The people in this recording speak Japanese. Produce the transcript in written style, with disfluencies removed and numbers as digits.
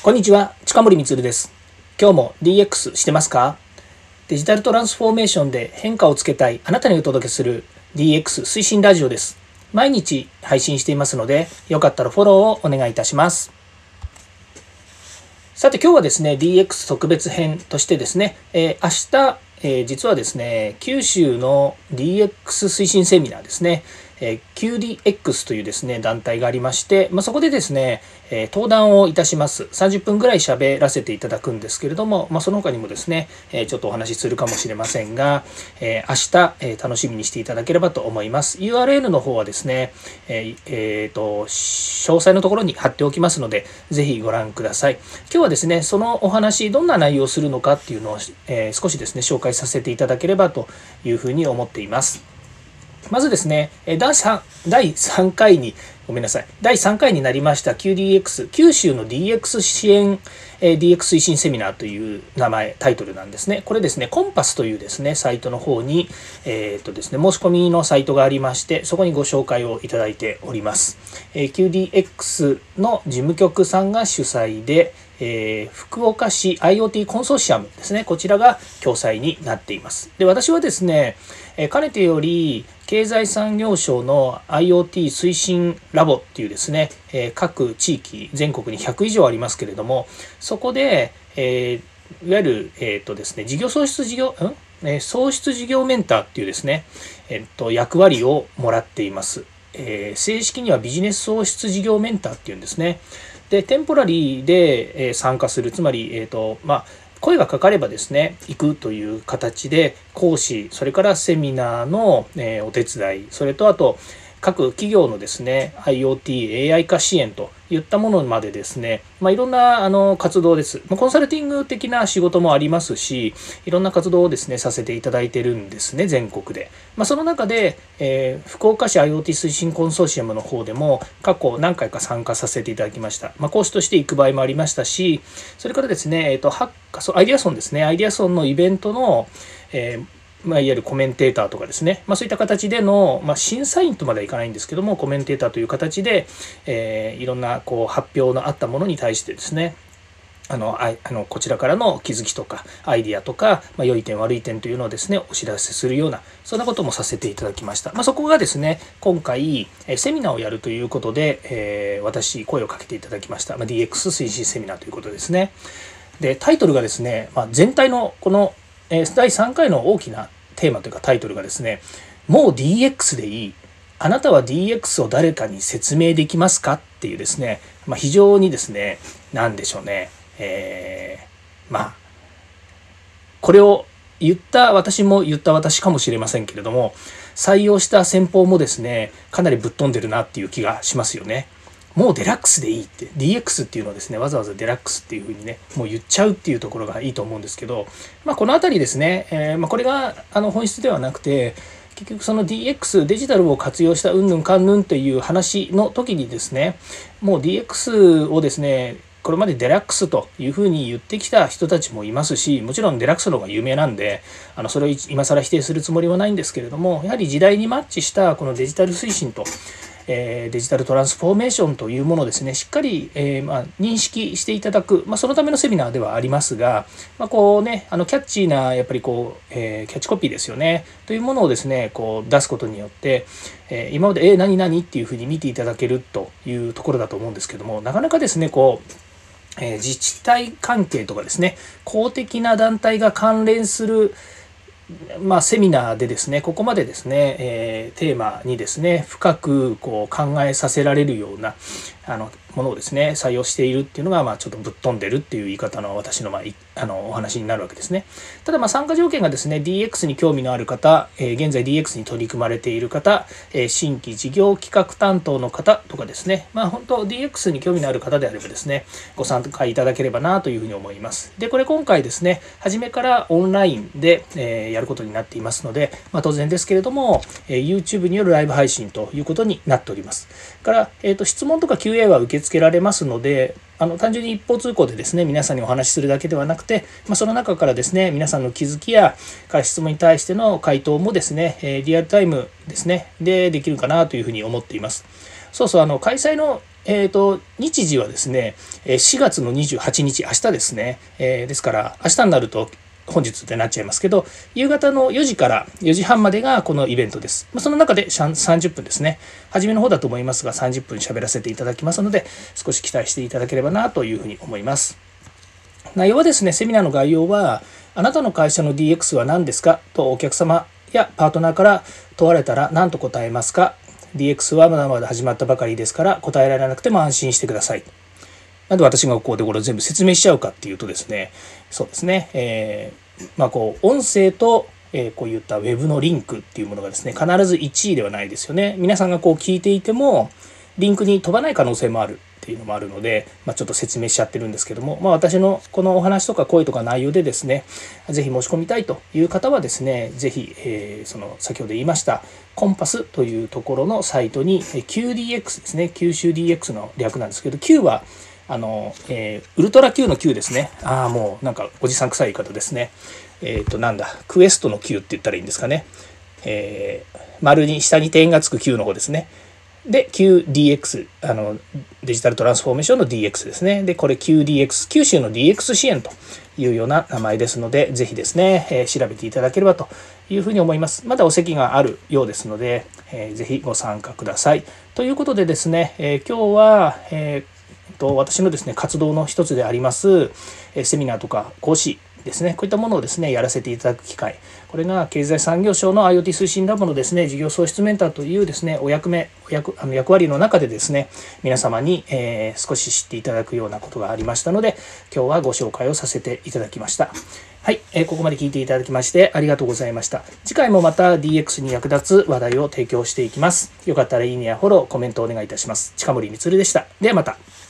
こんにちは、近森光です。今日も DX してますか？デジタルトランスフォーメーションで変化をつけたいあなたにお届けする DX 推進ラジオです。毎日配信していますので、よかったらフォローをお願いいたします。さて今日はですね、DX 特別編としてですね、明日、実はですね、九州の DX 推進セミナーですね、QDX というですね、団体がありまして、そこでですね、登壇をいたします。30分ぐらい喋らせていただくんですけれども、その他にもですね、ちょっとお話しするかもしれませんが、明日、楽しみにしていただければと思います。URL の方はですね、詳細のところに貼っておきますので、ぜひご覧ください。今日はですね、そのお話、どんな内容をするのかっていうのを、少しですね、紹介させていただければというふうに思っています。まずですね、第3回に、第3回になりました QDX、九州の DX 支援、DX 推進セミナーというタイトルなんですね。これですね、コンパスというですね、サイトの方に、ですね、申し込みのサイトがありまして、そこにご紹介をいただいております。QDX の事務局さんが主催で、福岡市 IoT コンソーシアムですね、こちらが共催になっています。で、私はですね、かねてより経済産業省の IoT 推進ラボっていうですね、各地域全国に100以上ありますけれども、そこで、いわゆる、ですね、創出事業メンターっていうですね、役割をもらっています。正式にはビジネス創出事業メンターっていうんですね。で、テンポラリーで参加する、つまり、声がかかればですね、行くという形で講師、それからセミナーのお手伝い、それとあと各企業のですね、IoT、AI 化支援といったものまでですね、いろんな活動です。コンサルティング的な仕事もありますし、いろんな活動をですね、させていただいてるんですね、全国で。その中で、福岡市 IoT 推進コンソーシアムの方でも過去何回か参加させていただきました。講師として行く場合もありましたし、それからですね、アイデアソンですね、アイデアソンのイベントの、いわゆるコメンテーターとかですね、そういった形での、審査員とまではいかないんですけども、コメンテーターという形で、いろんな発表のあったものに対してですね、こちらからの気づきとかアイディアとか、良い点悪い点というのをですね、お知らせするような、そんなこともさせていただきました。そこがですね、今回セミナーをやるということで、私声をかけていただきました。DX 推進セミナーということですね。で、タイトルがですね、全体のこの第3回の大きなテーマというかタイトルがですね、もう DX でいい。あなたは DX を誰かに説明できますかっていうですね、非常にですね、なんでしょうね。これを私も言った私かもしれませんけれども、採用した先方もですね、かなりぶっ飛んでるなっていう気がしますよね。もうデラックスでいいって DX っていうのはですね、わざわざデラックスっていうふうにね、もう言っちゃうっていうところがいいと思うんですけど、このあたりですね、これが本質ではなくて、結局その DX デジタルを活用したうんぬんかんぬんという話の時にですね、もう DX をですね、これまでデラックスというふうに言ってきた人たちもいますし、もちろんデラックスの方が有名なんで、それを今更否定するつもりはないんですけれども、やはり時代にマッチしたこのデジタル推進とデジタルトランスフォーメーションというものをですね、しっかり認識していただく、そのためのセミナーではありますが、こうね、キャッチーなやっぱりキャッチコピーですよねというものをですね、出すことによって、今まで何々っていうふうに見ていただけるというところだと思うんですけども、なかなかですね、自治体関係とかですね、公的な団体が関連するセミナーでですね、ここまでですね、テーマにですね、深く考えさせられるようなものをですね、採用しているっていうのが、ちょっとぶっ飛んでるっていう言い方の私の、お話になるわけですね。ただ、参加条件がですね、DX に興味のある方、現在 DX に取り組まれている方、新規事業企画担当の方とかですね、本当 DX に興味のある方であればですね、ご参加いただければなというふうに思います。で、これ今回ですね、初めからオンラインで、やることになっていますので、当然ですけれども、YouTube によるライブ配信ということになっております。から、質問とか QA は受け付けられますので、単純に一方通行でですね、皆さんにお話しするだけではなくて、その中からですね、皆さんの気づきや質問に対しての回答もですね、リアルタイムですね、できるかなというふうに思っています。開催の日時はですね、4月の28日、明日ですね。ですから、明日になると本日ってなっちゃいますけど、夕方の4時から4時半までがこのイベントです。その中で30分ですね。初めの方だと思いますが、30分喋らせていただきますので、少し期待していただければなというふうに思います。内容はですね、セミナーの概要は、あなたの会社の DX は何ですかとお客様やパートナーから問われたら何と答えますか。 DX はまだまだ始まったばかりですから答えられなくても安心してください。なんで私がここでこれを全部説明しちゃうかっていうとですね、そうですね、音声とこういったウェブのリンクっていうものがですね、必ず1位ではないですよね。皆さんが聞いていてもリンクに飛ばない可能性もあるっていうのもあるので、ちょっと説明しちゃってるんですけども、私のこのお話とか声とか内容でですね、ぜひ申し込みたいという方はですね、ぜひ、その先ほど言いましたコンパスというところのサイトに QDX ですね、九州 DX の略なんですけど、Q はウルトラ Q の Q ですね。もうなんかおじさん臭い言い方ですね。クエストの Q って言ったらいいんですかね。丸に下に点がつく Q の方ですね。で QDX、デジタルトランスフォーメーションの DX ですね。でこれ QDX、九州の DX 支援というような名前ですので、ぜひですね、調べていただければというふうに思います。まだお席があるようですので、ぜひご参加ください。ということでですね、今日は、私のですね活動の一つでありますセミナーとか講師ですね、こういったものをですねやらせていただく機会、これが経済産業省の IoT 推進ラボのですね事業創出メンターというですね役割の中でですね、皆様に、少し知っていただくようなことがありましたので、今日はご紹介をさせていただきました。はい、ここまで聞いていただきましてありがとうございました。次回もまた DX に役立つ話題を提供していきます。よかったらいいねやフォロー、コメントお願いいたします。近森光でした。ではまた。